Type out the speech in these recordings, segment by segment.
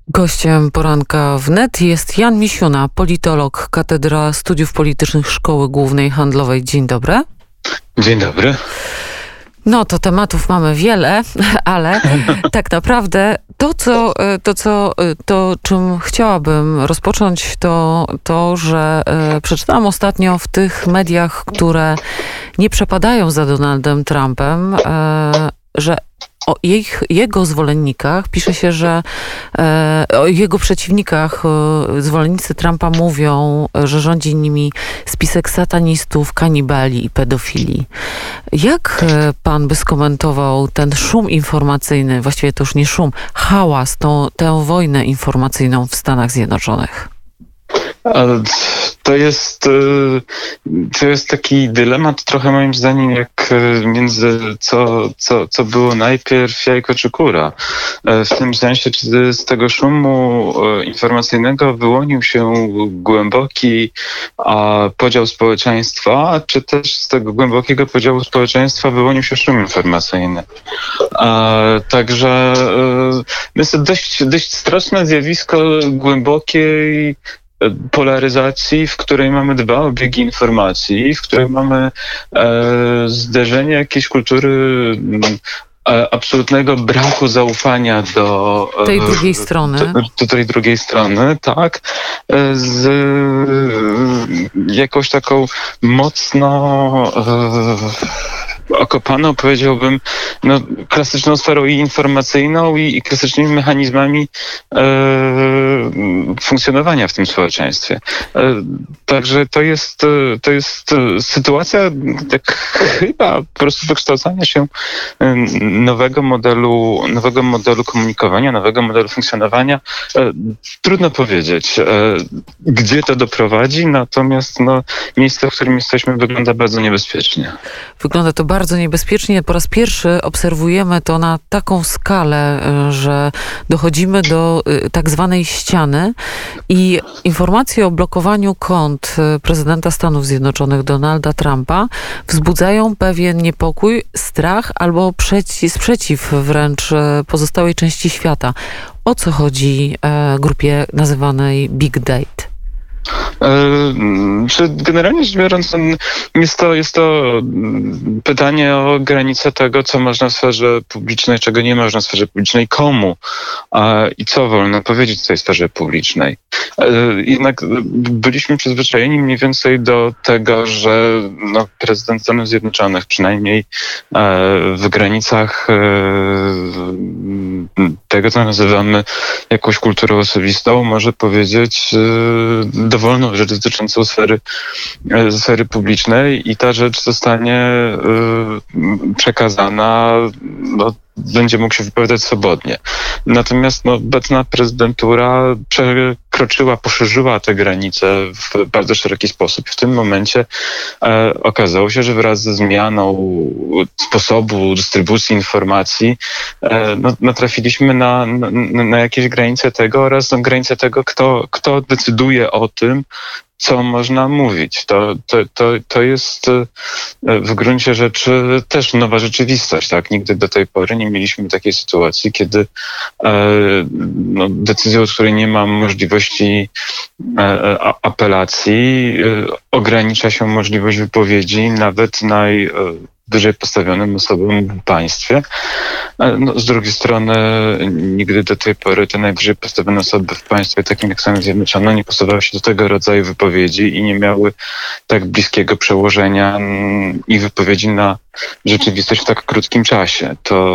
Gościem poranka wnet jest Jan Misiuna, politolog, Katedra Studiów Politycznych Szkoły Głównej Handlowej. Dzień dobry. Dzień dobry. No to tematów mamy wiele, ale tak naprawdę to czym chciałabym rozpocząć, to, że przeczytałam ostatnio w tych mediach, które nie przepadają za Donaldem Trumpem, że o jego zwolennikach pisze się, że o jego przeciwnikach zwolennicy Trumpa mówią, że rządzi nimi spisek satanistów, kanibali i pedofili. Jak pan by skomentował ten szum informacyjny, właściwie to już nie szum, hałas, tę wojnę informacyjną w Stanach Zjednoczonych? To jest taki dylemat trochę moim zdaniem jak między co było najpierw, jajko czy kura. W tym sensie, czy z tego szumu informacyjnego wyłonił się głęboki podział społeczeństwa, czy też z tego głębokiego podziału społeczeństwa wyłonił się szum informacyjny. Także jest to dość straszne zjawisko głębokiej polaryzacji, w której mamy dwa obiegi informacji, w której mamy zderzenie jakiejś kultury absolutnego braku zaufania do tej drugiej strony. Do tej drugiej strony, tak, z jakąś taką mocno okopaną, powiedziałbym, klasyczną sferą i informacyjną i klasycznymi mechanizmami funkcjonowania w tym społeczeństwie. Także to jest sytuacja tak chyba po prostu wykształcania się nowego modelu komunikowania, nowego modelu funkcjonowania. Trudno powiedzieć, gdzie to doprowadzi, natomiast miejsce, w którym jesteśmy, wygląda bardzo niebezpiecznie. Wygląda to bardzo niebezpiecznie. Po raz pierwszy obserwujemy to na taką skalę, że dochodzimy do tak zwanej ściany i informacje o blokowaniu kont prezydenta Stanów Zjednoczonych Donalda Trumpa wzbudzają pewien niepokój, strach albo sprzeciw wręcz pozostałej części świata. O co chodzi grupie nazywanej Big Date? Generalnie rzecz biorąc, jest to pytanie o granicę tego, co można w sferze publicznej, czego nie można w sferze publicznej, komu i co wolno powiedzieć w tej sferze publicznej. Jednak byliśmy przyzwyczajeni mniej więcej do tego, że prezydent Stanów Zjednoczonych, przynajmniej w granicach tego, co nazywamy jakąś kulturą osobistą, może powiedzieć dowolną rzecz dotyczącą sfery publicznej i ta rzecz zostanie przekazana, będzie mógł się wypowiadać swobodnie. Natomiast obecna prezydentura poszerzyła te granice w bardzo szeroki sposób. W tym momencie okazało się, że wraz ze zmianą sposobu dystrybucji informacji natrafiliśmy na jakieś granice tego oraz granice tego, kto decyduje o tym, co można mówić. To jest w gruncie rzeczy też nowa rzeczywistość. Tak? Nigdy do tej pory nie mieliśmy takiej sytuacji, kiedy decyzją, od której nie ma możliwości apelacji, ogranicza się możliwość wypowiedzi nawet najwyżej postawionym osobom w państwie. Z drugiej strony nigdy do tej pory te najwyżej postawione osoby w państwie takim jak Stany Zjednoczone nie posuwały się do tego rodzaju wypowiedzi i nie miały tak bliskiego przełożenia ich wypowiedzi na rzeczywistość w tak krótkim czasie.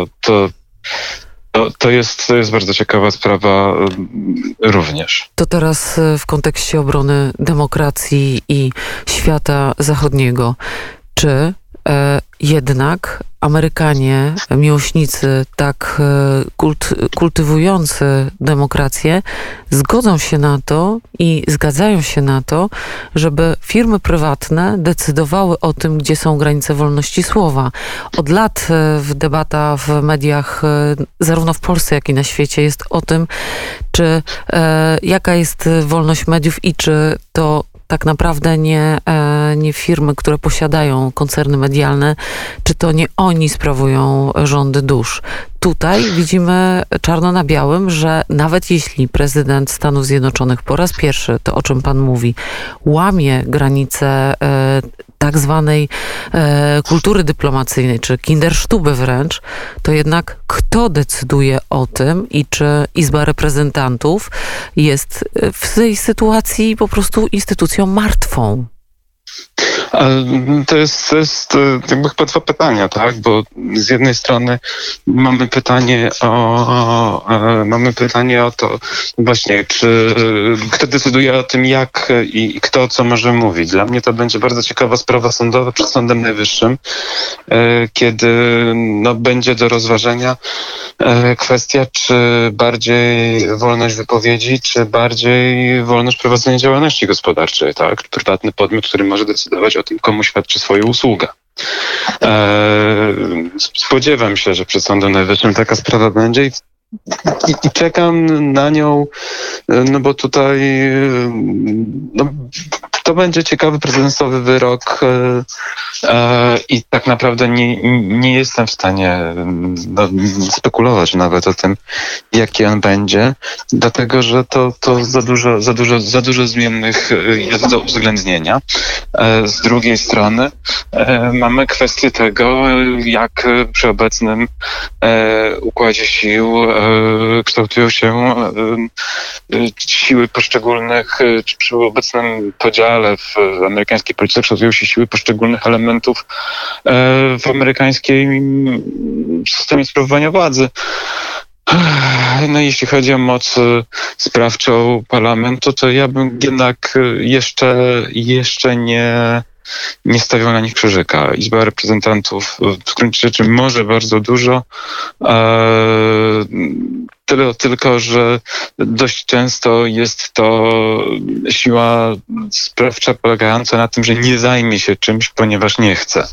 To jest bardzo ciekawa sprawa również. To teraz w kontekście obrony demokracji i świata zachodniego. Czy jednak Amerykanie, miłośnicy tak kultywujący demokrację, zgadzają się na to, żeby firmy prywatne decydowały o tym, gdzie są granice wolności słowa. Od lat debata w mediach, zarówno w Polsce, jak i na świecie, jest o tym, jaka jest wolność mediów i czy to tak naprawdę nie firmy, które posiadają koncerny medialne, czy to nie oni sprawują rządy dusz. Tutaj widzimy czarno na białym, że nawet jeśli prezydent Stanów Zjednoczonych po raz pierwszy, to o czym pan mówi, łamie granice tak zwanej kultury dyplomacyjnej, czy Kinderstube wręcz, to jednak kto decyduje o tym i czy Izba Reprezentantów jest w tej sytuacji po prostu instytucją martwą? To jest jakby chyba dwa pytania, tak? Bo z jednej strony mamy pytanie o to właśnie, czy kto decyduje o tym, jak i kto co może mówić. Dla mnie to będzie bardzo ciekawa sprawa sądowa przed Sądem Najwyższym, kiedy będzie do rozważenia kwestia, czy bardziej wolność wypowiedzi, czy bardziej wolność prowadzenia działalności gospodarczej, tak? Prywatny podmiot, który może decydować o tym, komu świadczy swoją usługę. Spodziewam się, że przed Sądem Najwyższym taka sprawa będzie i czekam na nią, bo tutaj to będzie ciekawy prezydensowy wyrok i tak naprawdę nie jestem w stanie spekulować nawet o tym, jaki on będzie, dlatego że to za dużo zmiennych jest do uwzględnienia. Z drugiej strony mamy kwestię tego, jak przy obecnym układzie sił kształtują się siły poszczególnych, czy przy obecnym podziale w amerykańskiej polityce kształtują się siły poszczególnych elementów w amerykańskim systemie sprawowania władzy. Jeśli chodzi o moc sprawczą parlamentu, to ja bym jednak jeszcze nie stawiał na nich krzyżyka. Izba Reprezentantów w gruncie rzeczy może bardzo dużo, tylko że dość często jest to siła sprawcza polegająca na tym, że nie zajmie się czymś, ponieważ nie chce.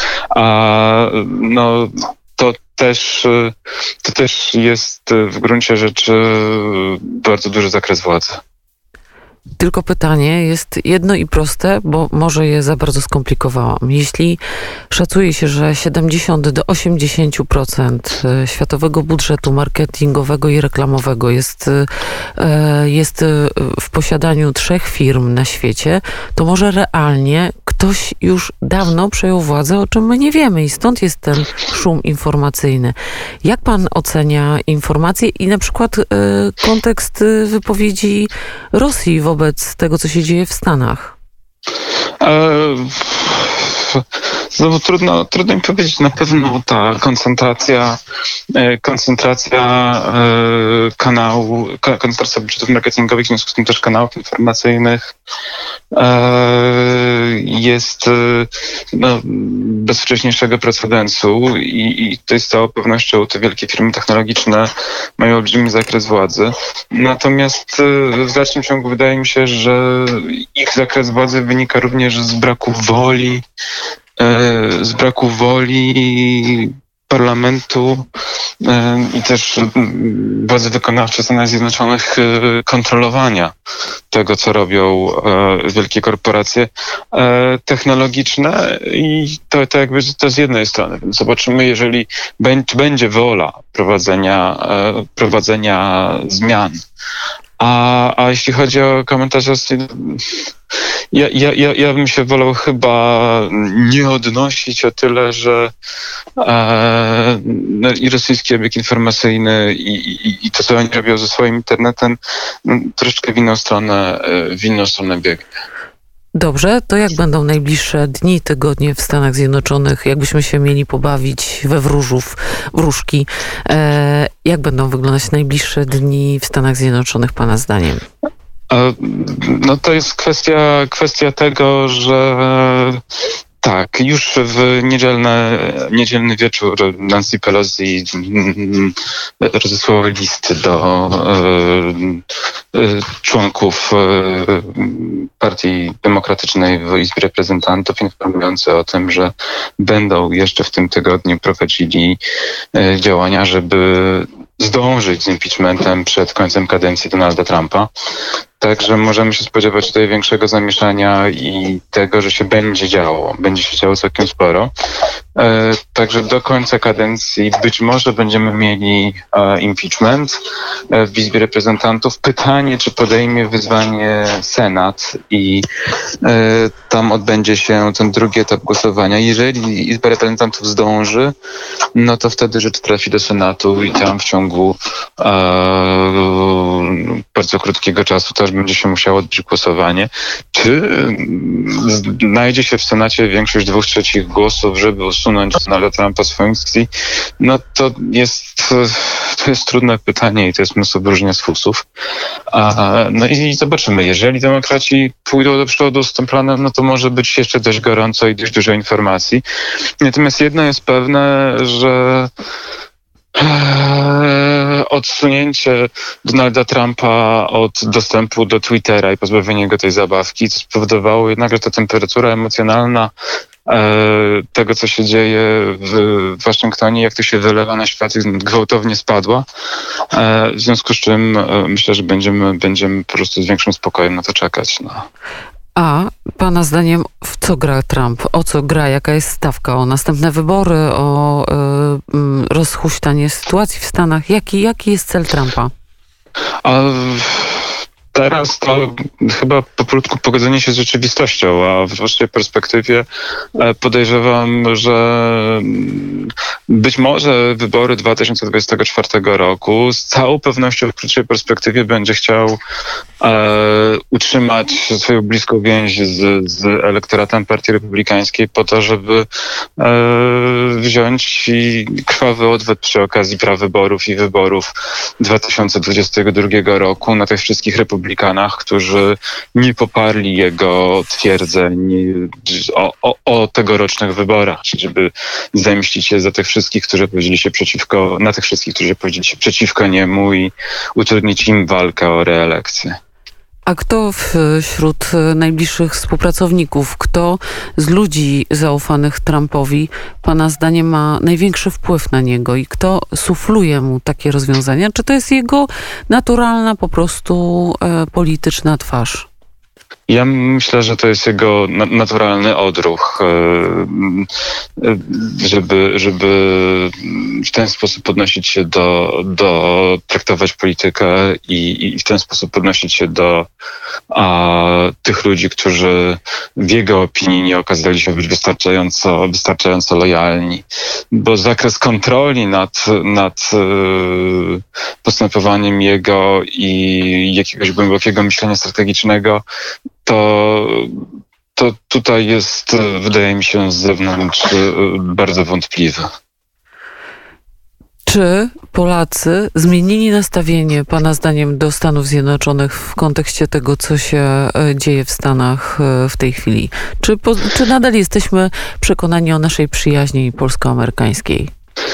To też jest w gruncie rzeczy bardzo duży zakres władzy. Tylko pytanie jest jedno i proste, bo może je za bardzo skomplikowałam. Jeśli szacuje się, że 70 do 80% światowego budżetu marketingowego i reklamowego jest w posiadaniu 3 firm na świecie, to może realnie ktoś już dawno przejął władzę, o czym my nie wiemy i stąd jest ten szum informacyjny. Jak pan ocenia informacje i na przykład kontekst wypowiedzi Rosji wobec tego, co się dzieje w Stanach? Znowu trudno mi powiedzieć. Na pewno ta koncentracja budżetów marketingowych, w związku z tym też kanałów informacyjnych jest bez wcześniejszego precedensu i to z całą pewnością te wielkie firmy technologiczne mają olbrzymi zakres władzy. Natomiast w dalszym ciągu wydaje mi się, że ich zakres władzy wynika również z braku woli parlamentu i też władzy wykonawczej Stanów Zjednoczonych kontrolowania tego, co robią wielkie korporacje technologiczne i to jakby to z jednej strony. Więc zobaczymy, jeżeli będzie wola prowadzenia zmian. A jeśli chodzi o komentarz Rosji, ja bym się wolał chyba nie odnosić o tyle, że i rosyjski obieg informacyjny i to, co oni robią ze swoim internetem, troszeczkę w inną stronę biegnie. Dobrze, to jak będą najbliższe dni, tygodnie w Stanach Zjednoczonych? Jakbyśmy się mieli pobawić we wróżki? Jak będą wyglądać najbliższe dni w Stanach Zjednoczonych, pana zdaniem? To jest kwestia tego, że tak, już w niedzielny wieczór Nancy Pelosi rozesłała listy do członków Partii Demokratycznej w Izbie Reprezentantów, informujące o tym, że będą jeszcze w tym tygodniu prowadzili działania, żeby zdążyć z impeachmentem przed końcem kadencji Donalda Trumpa. Także możemy się spodziewać tutaj większego zamieszania i tego, że się będzie działo. Będzie się działo całkiem sporo. Także do końca kadencji być może będziemy mieli impeachment w Izbie Reprezentantów. Pytanie, czy podejmie wyzwanie Senat i tam odbędzie się ten drugi etap głosowania. Jeżeli Izba Reprezentantów zdąży, no to wtedy rzecz trafi do Senatu i tam w ciągu bardzo krótkiego czasu też będzie się musiało odbyć głosowanie. Czy znajdzie się w Senacie większość 2/3 głosów, żeby usunąć Donalda Trumpa z funkcji? No to jest trudne pytanie i to jest mnóstwo wyróżnienia z fusów. No i zobaczymy. Jeżeli demokraci pójdą do przodu z tym planem, no to może być jeszcze dość gorąco i dość dużo informacji. Natomiast jedno jest pewne, że odsunięcie Donalda Trumpa od dostępu do Twittera i pozbawienie go tej zabawki spowodowało jednak, że ta temperatura emocjonalna tego, co się dzieje w Waszyngtonie, jak to się wylewa na świat, gwałtownie spadła. W związku z czym myślę, że będziemy po prostu z większym spokojem na to czekać. No. A pana zdaniem w co gra Trump? O co gra? Jaka jest stawka? O następne wybory? O rozhuśtanie sytuacji w Stanach? Jaki jest cel Trumpa? Teraz to chyba powolutku pogodzenie się z rzeczywistością, a w dłuższej perspektywie podejrzewam, że być może wybory 2024 roku z całą pewnością w krótszej perspektywie będzie chciał utrzymać swoją bliską więź z elektoratem Partii Republikańskiej po to, żeby wziąć krwawy odwet przy okazji prawyborów i wyborów 2022 roku na tych wszystkich republikanach, którzy nie poparli jego twierdzeń o tegorocznych wyborach, czyli żeby zemścić się za tych wszystkich, którzy powiedzieli się przeciwko niemu i utrudnić im walkę o reelekcję. A kto wśród najbliższych współpracowników, kto z ludzi zaufanych Trumpowi, pana zdaniem, ma największy wpływ na niego i kto sufluje mu takie rozwiązania? Czy to jest jego naturalna po prostu polityczna twarz? Ja myślę, że to jest jego naturalny odruch, żeby w ten sposób podnosić się traktować politykę i w ten sposób podnosić się do tych ludzi, którzy w jego opinii nie okazali się być wystarczająco lojalni. Bo zakres kontroli nad postępowaniem jego i jakiegoś głębokiego myślenia strategicznego, to tutaj jest, wydaje mi się, z zewnątrz bardzo wątpliwy. Czy Polacy zmienili nastawienie, pana zdaniem, do Stanów Zjednoczonych w kontekście tego, co się dzieje w Stanach w tej chwili? Czy nadal jesteśmy przekonani o naszej przyjaźni polsko-amerykańskiej?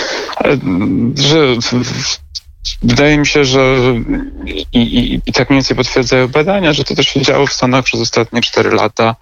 Wydaje mi się, że i tak mniej więcej potwierdzają badania, że to też się działo w Stanach przez ostatnie 4 lata.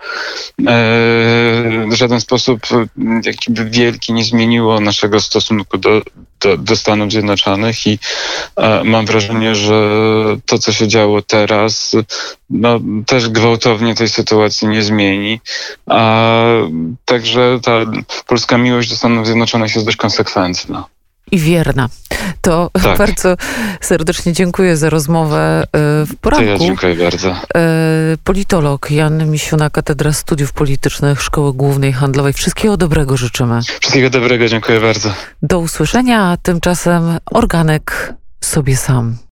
W żaden sposób jakiby wielki nie zmieniło naszego stosunku do Stanów Zjednoczonych i mam wrażenie, że to, co się działo teraz, no, też gwałtownie tej sytuacji nie zmieni. Także ta polska miłość do Stanów Zjednoczonych jest dość konsekwentna. I wierna. To tak. Bardzo serdecznie dziękuję za rozmowę w poranku. To ja dziękuję bardzo. Politolog Jan Misiuna, Katedra Studiów Politycznych Szkoły Głównej Handlowej. Wszystkiego dobrego życzymy. Wszystkiego dobrego, dziękuję bardzo. Do usłyszenia, a tymczasem organek sobie sam.